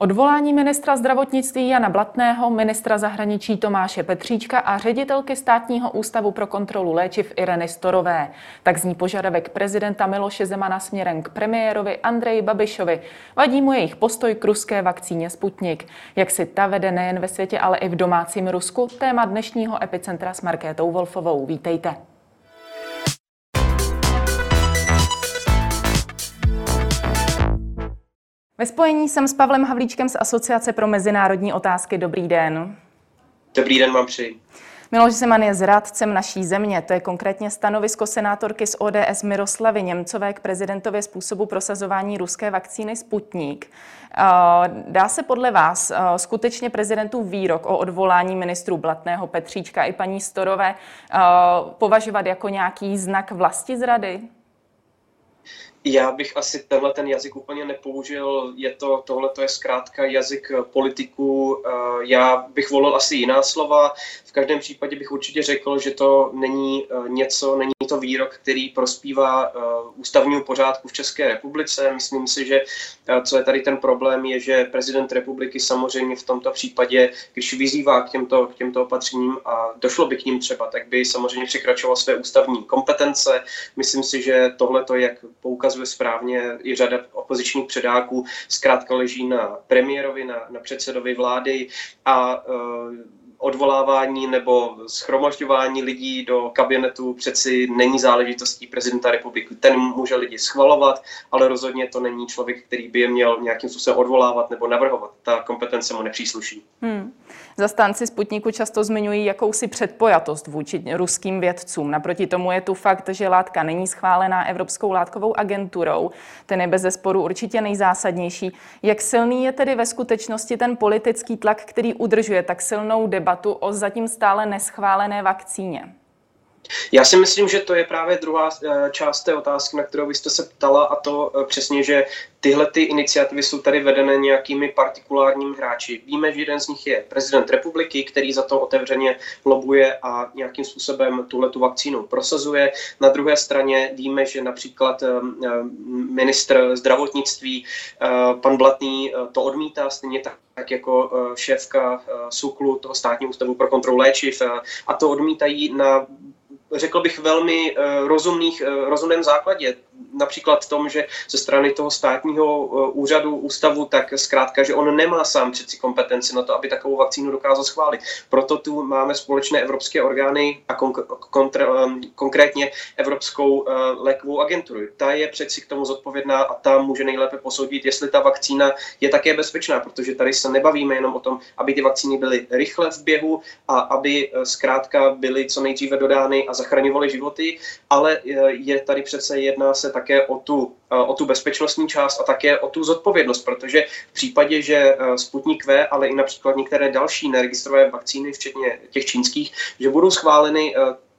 Odvolání ministra zdravotnictví Jana Blatného, ministra zahraničí Tomáše Petříčka a ředitelky Státního ústavu pro kontrolu léčiv Ireny Storové. Tak zní požadavek prezidenta Miloše Zemana směrem k premiérovi Andreji Babišovi. Vadí mu jejich postoj k ruské vakcíně Sputnik. Jak si ta vede nejen ve světě, ale i v domácím Rusku? Téma dnešního Epicentra s Markétou Wolfovou. Vítejte. Ve spojení jsem s Pavlem Havlíčkem z Asociace pro mezinárodní otázky. Dobrý den. Dobrý den vám přeji. Miloš Zeman je zrádcem naší země. To je konkrétně stanovisko senátorky z ODS Miroslavy Němcové k prezidentově způsobu prosazování ruské vakcíny Sputnik. Dá se podle vás skutečně prezidentův výrok o odvolání ministrů Blatného, Petříčka i paní Storové považovat jako nějaký znak vlastizrady? Já bych asi ten jazyk úplně nepoužil, tohle je zkrátka jazyk politiků, já bych volil asi jiná slova. V každém případě bych určitě řekl, že to není to výrok, který prospívá ústavnímu pořádku v České republice. Myslím si, že co je tady ten problém, je, že prezident republiky samozřejmě v tomto případě, když vyzývá k těmto opatřením a došlo by k ním třeba, tak by samozřejmě překračoval své ústavní kompetence. Myslím si, že tohle, jak poukazuje správně i řada opozičních předáků, zkrátka leží na premiérovi, na předsedovi vlády a odvolávání nebo shromažďování lidí do kabinetu přeci není záležitostí prezidenta republiky. Ten může lidi schvalovat, ale rozhodně to není člověk, který by je měl nějakým způsobem odvolávat nebo navrhovat. Ta kompetence mu nepřísluší. Zastánci Sputniku často zmiňují jakousi předpojatost vůči ruským vědcům. Naproti tomu je tu fakt, že látka není schválená Evropskou látkovou agenturou. Ten je bezesporu určitě nejzásadnější. Jak silný je tedy ve skutečnosti ten politický tlak, který udržuje tak silnou debatu o zatím stále neschválené vakcíně? Já si myslím, že to je právě druhá část té otázky, na kterou byste se ptala, a to přesně, že tyhle ty iniciativy jsou tady vedené nějakými partikulárními hráči. Víme, že jeden z nich je prezident republiky, který za to otevřeně lobuje a nějakým způsobem tuhletu vakcínu prosazuje. Na druhé straně víme, že například ministr zdravotnictví, pan Blatný, to odmítá, stejně tak jako šéfka SÚKLu, toho Státního ústavu pro kontrolu léčiv, a to odmítají na, řekl bych, velmi rozumném základě. Například v tom, že ze strany toho státního ústavu, tak zkrátka, že on nemá sám přeci kompetenci na to, aby takovou vakcínu dokázal schválit. Proto tu máme společné evropské orgány a konkrétně Evropskou lékovou agenturu. Ta je přeci k tomu zodpovědná a ta může nejlépe posoudit, jestli ta vakcína je také bezpečná, protože tady se nebavíme jenom o tom, aby ty vakcíny byly rychle v běhu a aby zkrátka byly co nejdříve dodány a zachraňovaly životy, ale je tady přece jedná se také o tu bezpečnostní část a také o tu zodpovědnost, protože v případě, že Sputnik V, ale i například některé další neregistrované vakcíny, včetně těch čínských, že budou schváleny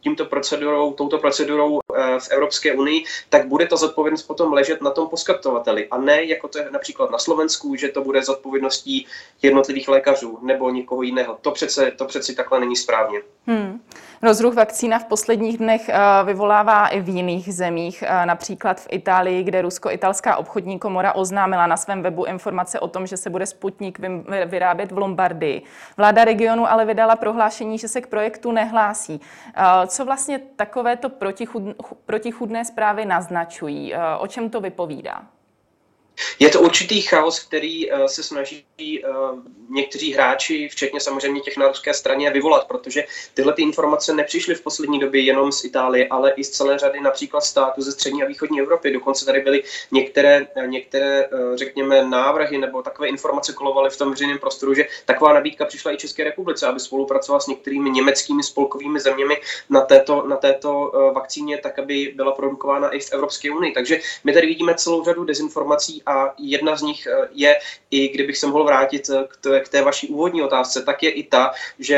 touto procedurou v Evropské unii, tak bude ta zodpovědnost potom ležet na tom poskytovateli. A ne, jako to je například na Slovensku, že to bude zodpovědností jednotlivých lékařů nebo někoho jiného. To přeci takhle není správně. Rozruch vakcína v posledních dnech vyvolává i v jiných zemích, například v Itálii, kde Rusko-italská obchodní komora oznámila na svém webu informace o tom, že se bude Sputnik vyrábět v Lombardii. Vláda regionu ale vydala prohlášení, že se k projektu nehlásí. Co vlastně takovéto protichůdné zprávy naznačují? O čem to vypovídá? Je to určitý chaos, který se snaží někteří hráči, včetně samozřejmě těch na ruské straně, vyvolat, protože tyhle ty informace nepřišly v poslední době jenom z Itálie, ale i z celé řady například států ze střední a východní Evropy. Dokonce tady byly některé řekněme, návrhy nebo takové informace kolovaly v tom veřejném prostoru, že taková nabídka přišla i České republice, aby spolupracovala s některými německými spolkovými zeměmi na této vakcíně, tak aby byla produkována i v Evropské unii. Takže my tady vidíme celou řadu dezinformací a jedna z nich je, i kdybych se mohl vrátit k té vaší úvodní otázce, tak je i ta, že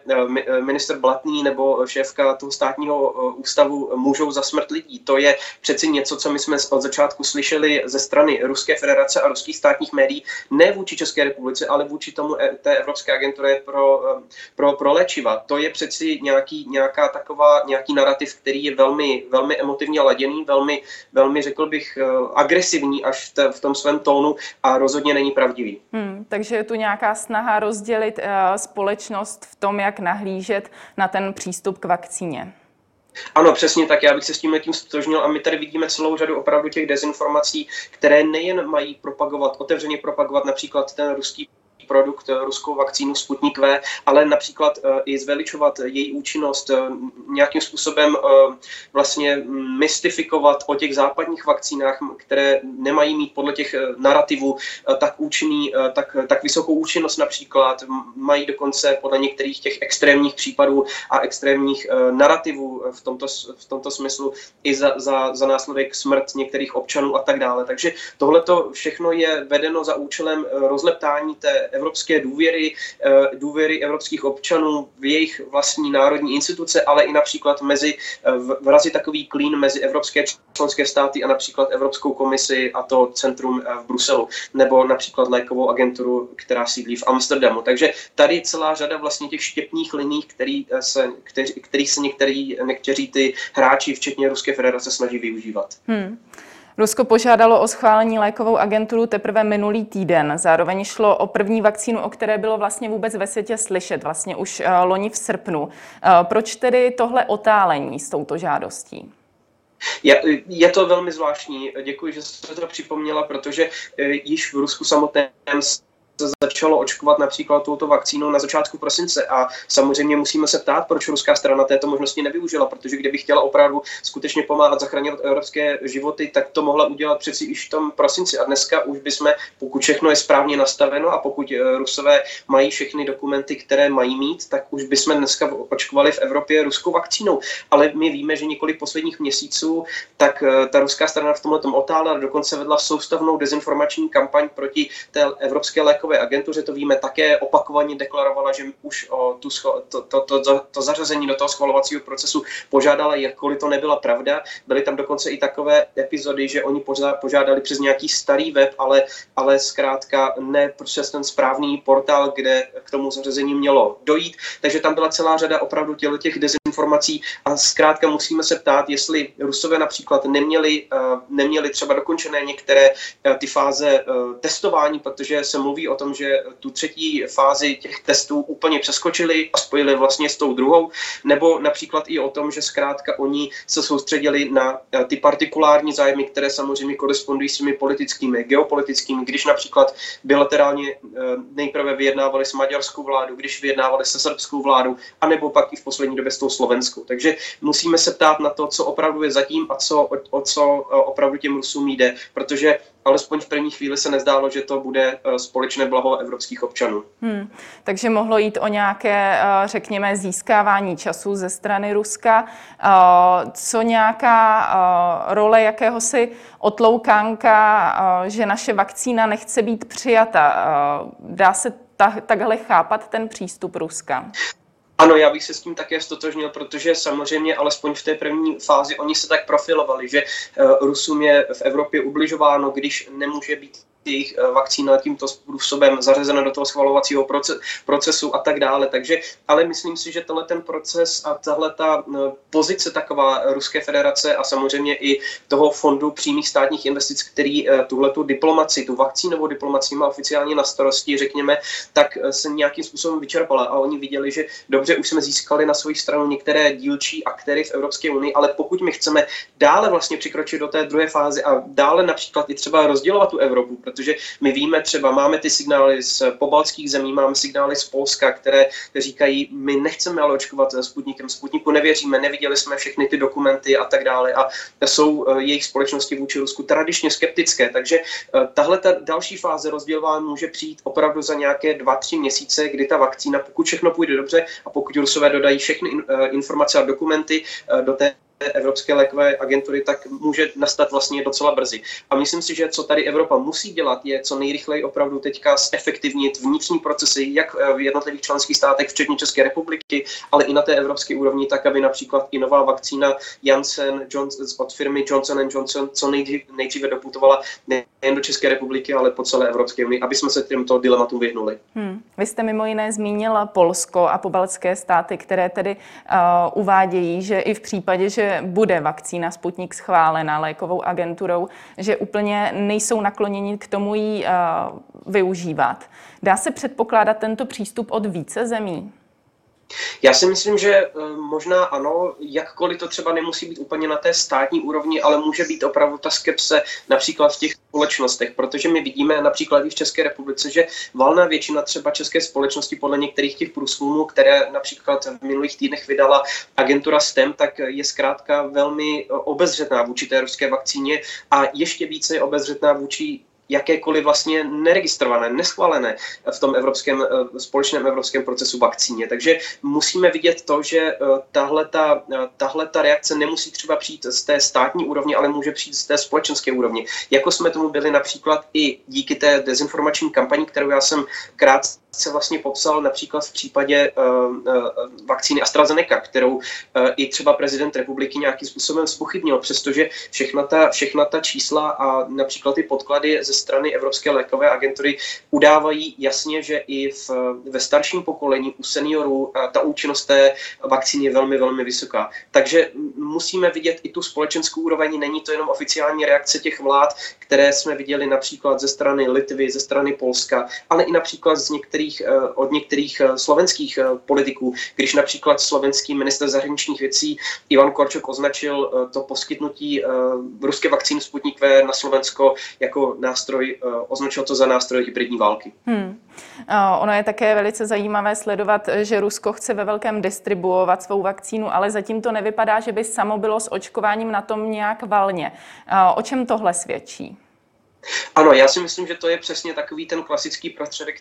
ministr Blatný nebo šéfka toho státního ústavu můžou za smrt lidí. To je přeci něco, co my jsme od začátku slyšeli ze strany Ruské federace a ruských státních médií, ne vůči České republice, ale vůči tomu té Evropské agentuře pro léčiva. To je přeci nějaký narrativ, který je velmi, velmi emotivně laděný, velmi, řekl bych, agresivní až v tom svém tónu a rozhodně není pravdivý. Takže je tu nějaká snaha rozdělit společnost v tom, jak nahlížet na ten přístup k vakcíně. Ano, přesně tak, já bych se s tím ztotožnil a my tady vidíme celou řadu opravdu těch dezinformací, které nejen mají otevřeně propagovat například ten ruský produkt, ruskou vakcínu Sputnik V, ale například i zveličovat její účinnost, nějakým způsobem vlastně mystifikovat o těch západních vakcínách, které nemají mít podle těch narrativů tak účinný, tak vysokou účinnost například, mají dokonce podle některých těch extrémních případů a extrémních narrativů v tomto smyslu i za následek smrt některých občanů a tak dále. Takže tohleto všechno je vedeno za účelem rozleptání té evropské důvěry evropských občanů v jejich vlastní národní instituce, ale i například vrazit takový klín mezi evropské členské státy a například Evropskou komisi a to centrum v Bruselu, nebo například lékovou agenturu, která sídlí v Amsterdamu. Takže tady celá řada vlastně těch štěpných liní, kterých se někteří ty hráči, včetně Ruské federace, snaží využívat. Rusko požádalo o schválení lékovou agenturu teprve minulý týden. Zároveň šlo o první vakcínu, o které bylo vlastně vůbec ve světě slyšet, vlastně už loni v srpnu. Proč tedy tohle otálení s touto žádostí? Je to velmi zvláštní. Děkuji, že jste to připomněla, protože již v Rusku samotném se začalo očkovat například touto vakcínou na začátku prosince a samozřejmě musíme se ptát, proč ruská strana této možnosti nevyužila, protože kdyby chtěla opravdu skutečně pomáhat zachraňovat evropské životy, tak to mohla udělat přeci již v tom prosinci a dneska už bychom, pokud všechno je správně nastaveno a pokud Rusové mají všechny dokumenty, které mají mít, tak už bychom dneska očkovali v Evropě ruskou vakcínou, ale my víme, že několik posledních měsíců tak ta ruská strana v tomhletom otála, dokonce vedla soustavnou dezinformační kampaň proti té evropské lékové agentuře, to víme, také opakovaně deklarovala, že už o to zařazení do toho schvalovacího procesu požádala, jakkoliv to nebyla pravda. Byly tam dokonce i takové epizody, že oni požádali přes nějaký starý web, ale zkrátka ne přes ten správný portál, kde k tomu zařazení mělo dojít. Takže tam byla celá řada opravdu těch dezinformací a zkrátka musíme se ptát, jestli Rusové například neměli třeba dokončené některé ty fáze testování, protože se mluví o tom, že tu třetí fázi těch testů úplně přeskočili a spojili vlastně s tou druhou, nebo například i o tom, že zkrátka oni se soustředili na ty partikulární zájmy, které samozřejmě korespondují s těmi politickými, geopolitickými, když například bilaterálně nejprve vyjednávali s maďarskou vládou, když vyjednávali se srbskou vládou, anebo pak i v poslední době s tou slovenskou. Takže musíme se ptát na to, co opravdu je zatím a o co opravdu těm Rusům jde, protože alespoň v první chvíli se nezdálo, že to bude společné blaho evropských občanů. Takže mohlo jít o nějaké, řekněme, získávání času ze strany Ruska. Co nějaká role jakéhosi otloukánka, že naše vakcína nechce být přijata? Dá se takhle chápat ten přístup Ruska? Ano, já bych se s tím také stotožnil, protože samozřejmě alespoň v té první fázi oni se tak profilovali, že Rusům je v Evropě ubližováno, když nemůže být jejich vakcína tímto způsobem zařazena do toho schvalovacího procesu a tak dále. Takže, ale myslím si, že tenhle ten proces a tahle ta pozice taková Ruské federace a samozřejmě i toho fondu přímých státních investic, který tuhletu diplomaci, tu vakcínovou diplomaci má oficiálně na starosti, řekněme, tak se nějakým způsobem vyčerpala a oni viděli, že dobře, už jsme získali na svou stranu některé dílčí aktéry v Evropské unii, ale pokud my chceme dále vlastně přikročit do té druhé fáze a dále například i třeba rozdělovat tu Evropu, protože my víme třeba, máme ty signály z pobaltských zemí, máme signály z Polska, které říkají, my nechceme ale očkovat Sputnikem, Sputniku nevěříme, neviděli jsme všechny ty dokumenty a tak dále a jsou jejich společnosti vůči Rusku tradičně skeptické, takže tahle ta další fáze rozdělování může přijít opravdu za nějaké 2-3 měsíce, kdy ta vakcína, pokud všechno půjde dobře a pokud Rusové dodají všechny informace a dokumenty do té Evropské lékové agentury, tak může nastat vlastně docela brzy. A myslím si, že co tady Evropa musí dělat, je co nejrychleji opravdu teďka zefektivnit vnitřní procesy, jak v jednotlivých členských státech, včetně České republiky, ale i na té evropské úrovni, tak aby například i nová vakcína Janssen od firmy Johnson & Johnson co nejdříve doputovala nejen do České republiky, ale po celé Evropské unii, aby jsme se těmto dilematům vyhnuli. Vy jste mimo jiné zmínil Polsko a pobaltské státy, které tedy uvádějí, že i v případě, že bude vakcína Sputnik schválena lékovou agenturou, že úplně nejsou nakloněni k tomu ji využívat. Dá se předpokládat tento přístup od více zemí? Já si myslím, že možná ano, jakkoliv to třeba nemusí být úplně na té státní úrovni, ale může být opravdu ta skepse například v těch společnostech, protože my vidíme například i v České republice, že valná většina třeba české společnosti podle některých těch průzkumů, které například v minulých týdnech vydala agentura STEM, tak je zkrátka velmi obezřetná vůči té ruské vakcíně a ještě více je obezřetná vůči jakékoliv vlastně neregistrované, neschválené v tom společném evropském procesu vakcíně. Takže musíme vidět to, že tahle ta reakce nemusí třeba přijít z té státní úrovně, ale může přijít z té společenské úrovně. Jako jsme tomu byli například i díky té dezinformační kampani, kterou já jsem krátce vlastně popsal například v případě vakcíny AstraZeneca, kterou i třeba prezident republiky nějakým způsobem zpochybnil, přestože všechna ta čísla a například ty podklady ze strany Evropské lékové agentury udávají jasně, že i ve starším pokolení u seniorů ta účinnost té vakcíny je velmi, velmi vysoká. Takže musíme vidět i tu společenskou úroveň, není to jenom oficiální reakce těch vlád, které jsme viděli například ze strany Litvy, ze strany Polska, ale i například od některých slovenských politiků, když například slovenský ministr zahraničních věcí Ivan Korčok označil to poskytnutí ruské vakcíny Sputnik V na Slovensko jako nástroj, označil to za nástroj hybridní války. Ono je také velice zajímavé sledovat, že Rusko chce ve velkém distribuovat svou vakcínu, ale zatím to nevypadá, že by samo bylo s očkováním na tom nějak valně. O čem tohle svědčí? Ano, já si myslím, že to je přesně takový ten klasický prostředek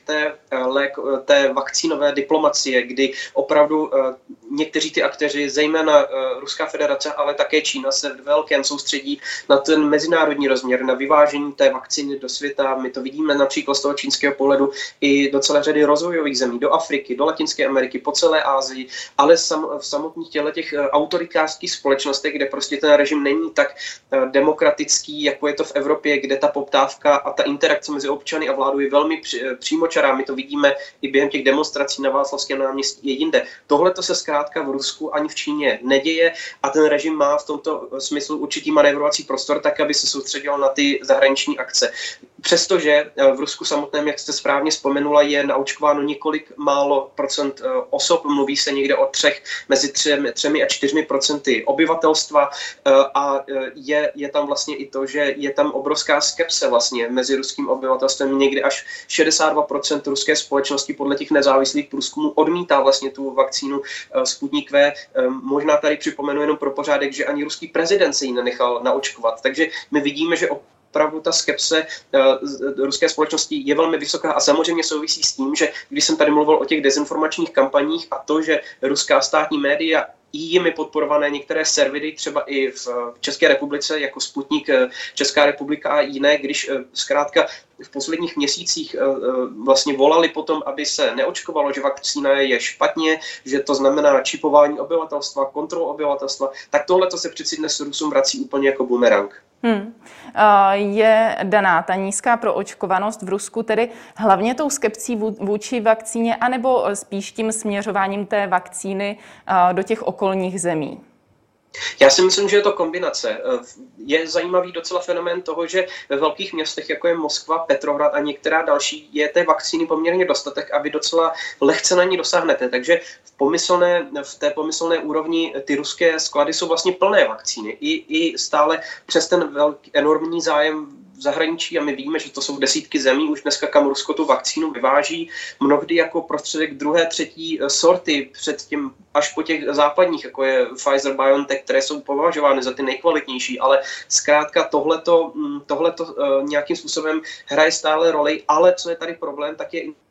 té vakcínové diplomacie, kdy opravdu někteří ty aktéři, zejména Ruská federace, ale také Čína, se v velkém soustředí na ten mezinárodní rozměr, na vyvážení té vakcíny do světa. My to vidíme například z toho čínského pohledu i do celé řady rozvojových zemí, do Afriky, do Latinské Ameriky, po celé Asii, ale v samotných těch autoritářských společnostech, kde prostě ten režim není tak demokratický, jako je to v Evropě, kde ta poptávka a ta interakce mezi občany a vládou je velmi přímočará. My to vidíme i během těch demonstrací na Václavském náměstí i jinde. Tohle to se zkrátka v Rusku ani v Číně neděje a ten režim má v tomto smyslu určitý manévrovací prostor, tak aby se soustředil na ty zahraniční akce. Přestože v Rusku samotném, jak jste správně vzpomenula, je naočkováno několik málo procent osob, mluví se někde o mezi 3 a 4% obyvatelstva a je tam vlastně i to, že je tam obrovská skepse vlastně mezi ruským obyvatelstvem, někdy až 62% ruské společnosti podle těch nezávislých průzkumů odmítá vlastně tu vakcínu Sputnik V. Možná tady připomenu jenom pro pořádek, že ani ruský prezident se ji nenechal naočkovat. Takže my vidíme, že opravdu ta skepse ruské společnosti je velmi vysoká a samozřejmě souvisí s tím, že když jsem tady mluvil o těch dezinformačních kampaních a to, že ruská státní média i jimi podporované některé servery, třeba i v České republice, jako Sputnik Česká republika a jiné, když zkrátka v posledních měsících vlastně volali potom, aby se neočkovalo, že vakcína je špatně, že to znamená čipování obyvatelstva, kontrolu obyvatelstva, tak tohle to se přeci dnes Rusům vrací úplně jako bumerang. Je daná ta nízká proočkovanost v Rusku tedy hlavně tou skepcí vůči vakcíně, anebo spíš tím směřováním té vakcíny do těch okolních zemí? Já si myslím, že je to kombinace. Je zajímavý docela fenomén toho, že ve velkých městech, jako je Moskva, Petrohrad a některá další, je té vakcíny poměrně dostatek a vy docela lehce na ní dosáhnete. Takže v té pomyslné úrovni ty ruské sklady jsou vlastně plné vakcíny. I stále přes ten enormní zájem v zahraničí, a my víme, že to jsou desítky zemí už dneska, kam Rusko tu vakcínu vyváží, mnohdy jako prostředek druhé, třetí sorty předtím až po těch západních, jako je Pfizer-BioNTech, které jsou považovány za ty nejkvalitnější, ale zkrátka tohleto nějakým způsobem hraje stále roli, ale co je tady problém, tak je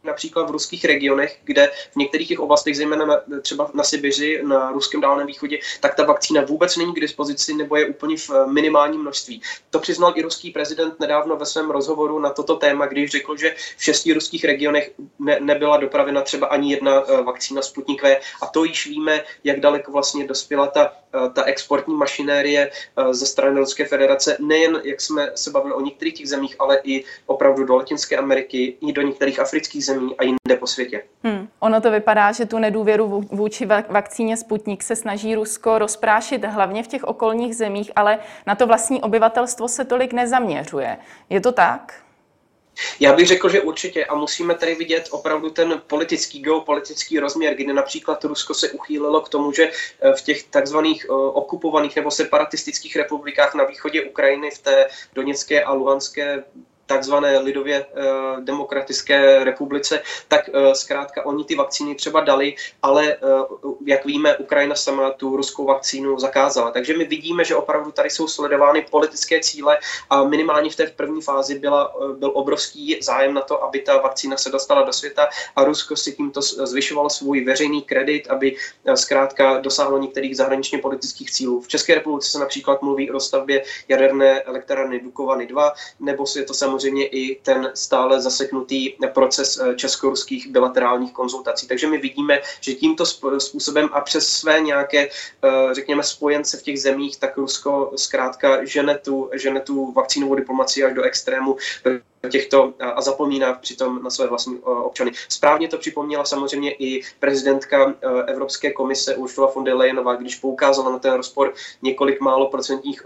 například v ruských regionech, kde v některých těch oblastech, zejména třeba na Sibiři, na ruském Dálném východě, tak ta vakcína vůbec není k dispozici nebo je úplně v minimálním množství. To přiznal i ruský prezident nedávno ve svém rozhovoru na toto téma, když řekl, že v 6 ruských regionech nebyla dopravena třeba ani jedna vakcína Sputnik V. A to již víme, jak daleko vlastně dospěla ta exportní mašinérie ze strany Ruské federace, nejen, jak jsme se bavili o některých těch zemích, ale i opravdu do Latinské Ameriky, i do některých afrických zemí a jinde po světě. Ono to vypadá, že tu nedůvěru vůči vakcíně Sputnik se snaží Rusko rozprášit hlavně v těch okolních zemích, ale na to vlastní obyvatelstvo se tolik nezaměřuje. Je to tak? Já bych řekl, že určitě a musíme tady vidět opravdu ten geopolitický rozměr, kdy například Rusko se uchýlilo k tomu, že v těch takzvaných okupovaných nebo separatistických republikách na východě Ukrajiny, v té Doněcké a Luhanské takzvané lidově demokratické republice, tak zkrátka oni ty vakcíny třeba dali, ale jak víme, Ukrajina sama tu ruskou vakcínu zakázala. Takže my vidíme, že opravdu tady jsou sledovány politické cíle a minimálně v té první fázi byl obrovský zájem na to, aby ta vakcína se dostala do světa a Rusko si tímto zvyšovalo svůj veřejný kredit, aby zkrátka dosáhlo některých zahraničně politických cílů. V České republice se například mluví o stavbě jaderné elektrárny Dukovany 2, nebo si je to samozřejmě i ten stále zaseknutý proces česko-ruských bilaterálních konzultací. Takže my vidíme, že tímto způsobem a přes své nějaké, řekněme, spojence v těch zemích, tak Rusko zkrátka žene tu vakcínovou diplomacii až do extrému těchto a zapomíná přitom na své vlastní občany. Správně to připomněla samozřejmě i prezidentka Evropské komise Ursula von der Leyenová, když poukázala na ten rozpor několik málo procentních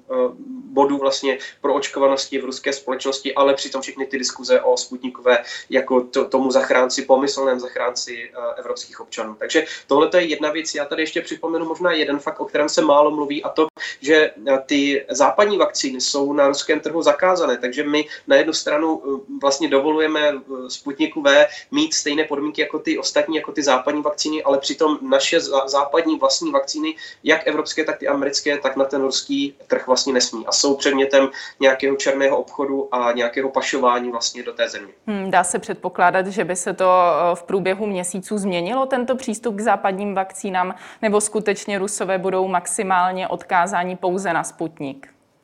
bodů vlastně pro očkovanosti v ruské společnosti, ale přitom všechny ty diskuze o Sputnikové jako tomu pomyslném zachránci evropských občanů. Takže tohle je jedna věc. Já tady ještě připomenu možná jeden fakt, o kterém se málo mluví, a to, že ty západní vakcíny jsou na ruském trhu zakázané, takže my na jednu stranu vlastně dovolujeme Sputniku V mít stejné podmínky jako ty ostatní, jako ty západní vakcíny, ale přitom naše západní vlastní vakcíny, jak evropské, tak ty americké, tak na ten ruský trh vlastně nesmí a jsou předmětem nějakého černého obchodu a nějakého pašování vlastně do té země. Dá se předpokládat, že by se to v průběhu měsíců změnilo, tento přístup k západním vakcínám, nebo skutečně Rusové budou maximálně odkázáni pouze na Sputnik?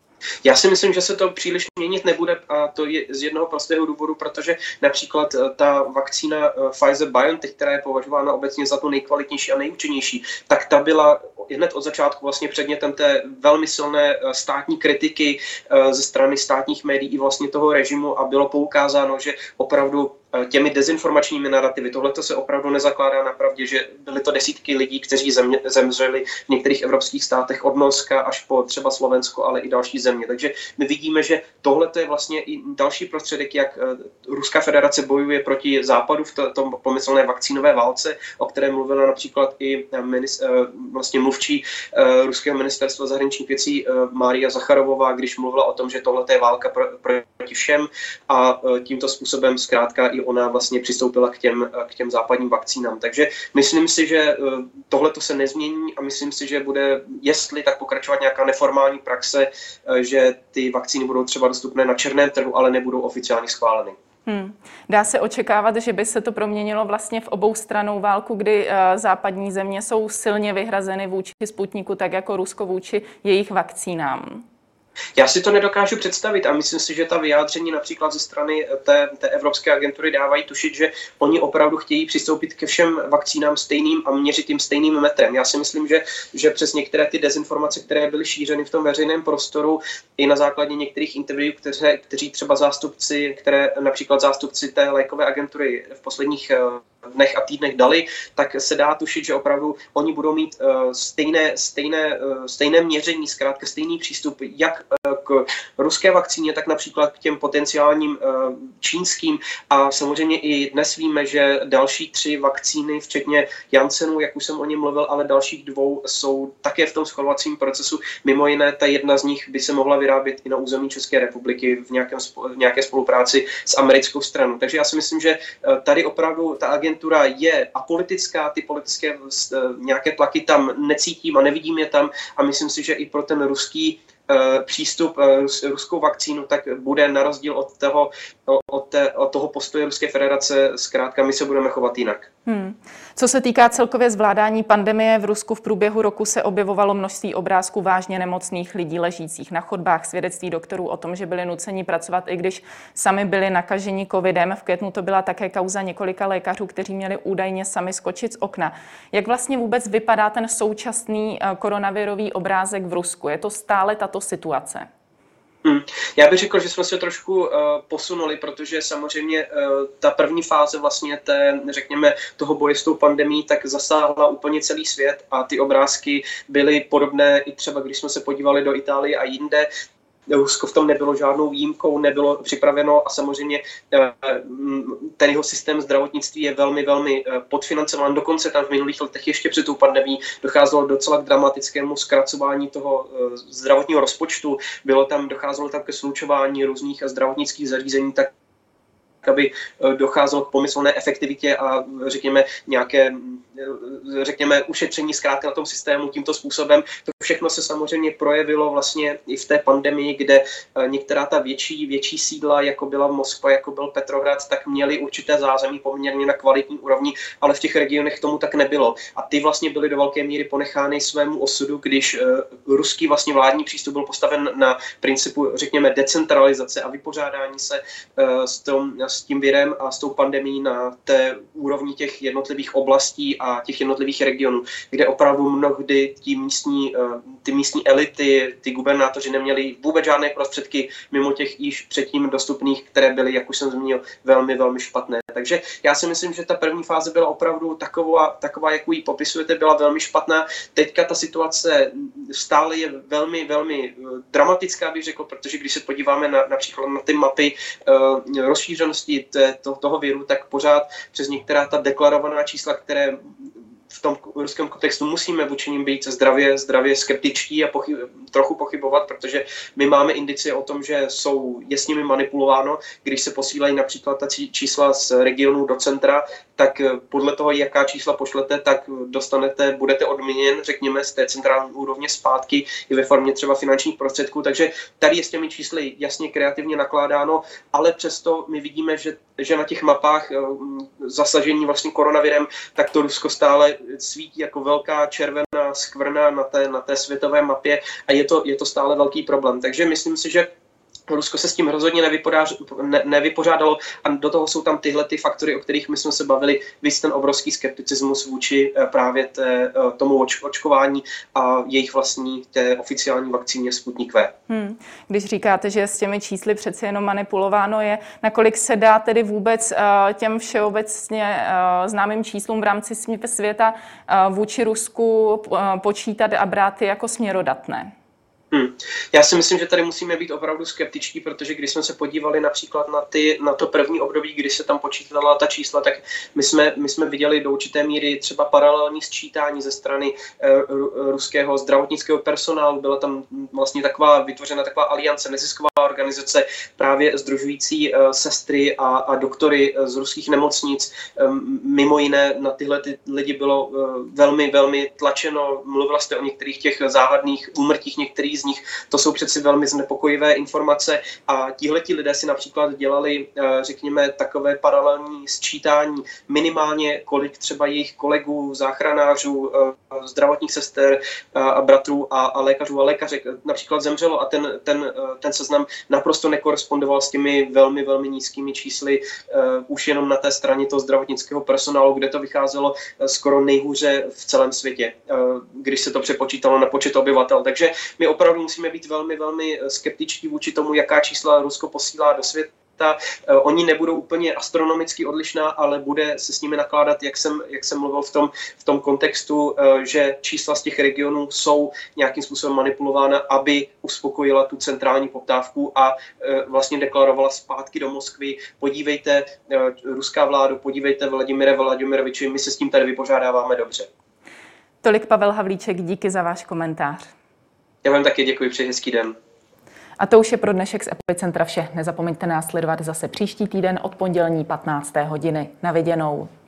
Já si myslím, že se to příliš měnit nebude a to je z jednoho prostého důvodu, protože například ta vakcína Pfizer-BioNTech, která je považována obecně za tu nejkvalitnější a nejúčinnější, tak ta byla hned od začátku vlastně předmětem té velmi silné státní kritiky ze strany státních médií i vlastně toho režimu a bylo poukázáno, že opravdu těmi dezinformačními narrativy. Tohle se opravdu nezakládá na pravdě, že byly to desítky lidí, kteří zemřeli v některých evropských státech od Norska až po třeba Slovensko, ale i další země. Takže my vidíme, že tohle je vlastně i další prostředek, jak Ruská federace bojuje proti Západu v tom pomyslné vakcínové válce, o které mluvila například i vlastně mluvčí ruského ministerstva zahraničních věcí Mária Zacharovová, když mluvila o tom, že tohle je válka proti všem a tímto způsobem zkrátka i ona vlastně přistoupila k těm západním vakcínám. Takže myslím si, že tohleto se nezmění a myslím si, že bude, jestli tak pokračovat nějaká neformální praxe, že ty vakcíny budou třeba dostupné na černém trhu, ale nebudou oficiálně schváleny. Dá se očekávat, že by se to proměnilo vlastně v oboustrannou válku, kdy západní země jsou silně vyhrazeny vůči Sputniku, tak jako Rusko vůči jejich vakcínám? Já si to nedokážu představit a myslím si, že ta vyjádření například ze strany té Evropské agentury dávají tušit, že oni opravdu chtějí přistoupit ke všem vakcínám stejným a měřit jim stejným metrem. Já si myslím, že přes některé ty dezinformace, které byly šířeny v tom veřejném prostoru i na základě některých interviewů, kteří třeba například zástupci té lékové agentury v posledních dnech a týdnech dali, tak se dá tušit, že opravdu oni budou mít stejné měření, zkrátka stejný přístup jak k ruské vakcíně, tak například k těm potenciálním čínským. A samozřejmě i dnes víme, že další 3 vakcíny, včetně Janssenu, jak už jsem o něm mluvil, ale dalších 2 jsou také v tom schvalovacím procesu. Mimo jiné, ta jedna z nich by se mohla vyrábět i na území České republiky v nějaké spolupráci s americkou stranou. Takže já si myslím, že tady opravdu ta agentura je apolitická, ty politické nějaké tlaky tam necítím a nevidím je tam a myslím si, že i pro ten ruský přístup ruskou vakcínu, tak bude na rozdíl od toho postoje Ruské federace, zkrátka my se budeme chovat jinak. Co se týká celkově zvládání pandemie v Rusku, v průběhu roku se objevovalo množství obrázků vážně nemocných lidí ležících na chodbách, svědectví doktorů o tom, že byli nuceni pracovat, i když sami byli nakaženi covidem. V květnu to byla také kauza několika lékařů, kteří měli údajně sami skočit z okna. Jak vlastně vůbec vypadá ten současný koronavirový obrázek v Rusku? Je to stále tato situace? Já bych řekl, že jsme se trošku posunuli, protože samozřejmě ta první fáze vlastně řekněme, toho boje s tou pandemií tak zasáhla úplně celý svět a ty obrázky byly podobné i třeba, když jsme se podívali do Itálie a jinde. Rusko v tom nebylo žádnou výjimkou, nebylo připraveno a samozřejmě ten jeho systém zdravotnictví je velmi, velmi podfinancován. Dokonce tam v minulých letech ještě před tou pandemií docházelo docela k dramatickému zkracování toho zdravotního rozpočtu. Docházelo tam ke slučování různých zdravotnických zařízení, tak aby docházelo k pomyslné efektivitě a řekněme ušetření zkrátka na tom systému tímto způsobem. To všechno se samozřejmě projevilo vlastně i v té pandemii, kde některá ta větší sídla, jako byla Moskva, jako byl Petrohrad, tak měly určité zázemí poměrně na kvalitní úrovni, ale v těch regionech tomu tak nebylo. A ty vlastně byly do velké míry ponechány svému osudu, když ruský vlastně vládní přístup byl postaven na principu, řekněme, decentralizace a vypořádání se s tím virem a s tou pandemií na té úrovni těch jednotlivých oblastí a těch jednotlivých regionů, kde opravdu mnohdy ty místní elity, ty gubernátoři neměli vůbec žádné prostředky mimo těch již předtím dostupných, které byly, jak už jsem zmínil, velmi, velmi špatné. Takže já si myslím, že ta první fáze byla opravdu taková, jakou ji popisujete, byla velmi špatná. Teďka ta situace stále je velmi, velmi dramatická, bych řekl, protože když se podíváme například na ty mapy rozšířenosti toho viru, tak pořád přes některá ta deklarovaná čísla, které v tom ruském kontextu musíme vůči nim být zdravě skeptičtí a trochu pochybovat, protože my máme indicie o tom, že je s nimi manipulováno, když se posílají například ta čísla z regionu do centra, tak podle toho, jaká čísla pošlete, tak budete odměněn, řekněme, z té centrální úrovně zpátky i ve formě třeba finančních prostředků, takže tady je s těmi čísly jasně kreativně nakládáno, ale přesto my vidíme, že na těch mapách zasažení vlastně koronavirem, tak to Rusko stále svítí jako velká červená skvrna na té světové mapě a je to stále velký problém. Takže myslím si, že Rusko se s tím rozhodně nevypořádalo a do toho jsou tam tyhle ty faktory, o kterých my jsme se bavili, víc ten obrovský skepticismus vůči právě tomu očkování a jejich vlastní té oficiální vakcíně Sputnik V. Když říkáte, že s těmi čísly přeci jenom manipulováno je, nakolik se dá tedy vůbec těm všeobecně známým číslům v rámci světa vůči Rusku počítat a brát je jako směrodatné? Já si myslím, že tady musíme být opravdu skeptičtí, protože když jsme se podívali například na to první období, kdy se tam počítala ta čísla, tak my jsme viděli do určité míry třeba paralelní sčítání ze strany ruského zdravotnického personálu. Byla tam vlastně vytvořena taková aliance, nezisková organizace, právě sdružující sestry a doktory z ruských nemocnic. Mimo jiné na tyhle lidi bylo velmi, velmi tlačeno. Mluvila jste o některých těch záhadných úmrtích, některých z nich. To jsou přeci velmi znepokojivé informace a tihleti lidé si například dělali, řekněme, takové paralelní sčítání minimálně, kolik třeba jejich kolegů, záchranářů, zdravotních sester a bratrů a lékařů a lékařek například zemřelo a ten seznam naprosto nekorespondoval s těmi velmi, velmi nízkými čísly už jenom na té straně toho zdravotnického personálu, kde to vycházelo skoro nejhůře v celém světě, když se to přepočítalo na počet obyvatel. Takže my opravdu musíme být velmi, velmi skeptičtí vůči tomu, jaká čísla Rusko posílá do světa. Oni nebudou úplně astronomicky odlišná, ale bude se s nimi nakládat, jak jsem mluvil v tom kontextu, že čísla z těch regionů jsou nějakým způsobem manipulována, aby uspokojila tu centrální poptávku a vlastně deklarovala zpátky do Moskvy. Podívejte, ruská vládu, podívejte Vladimire Vladimiroviči, my se s tím tady vypořádáváme dobře. Tolik Pavel Havlíček, díky za váš komentář. Já vám taky děkuji, přeji hezký den. A to už je pro dnešek z Epicentra vše. Nezapomeňte nás sledovat zase příští týden od pondělní 15. hodiny. Na viděnou.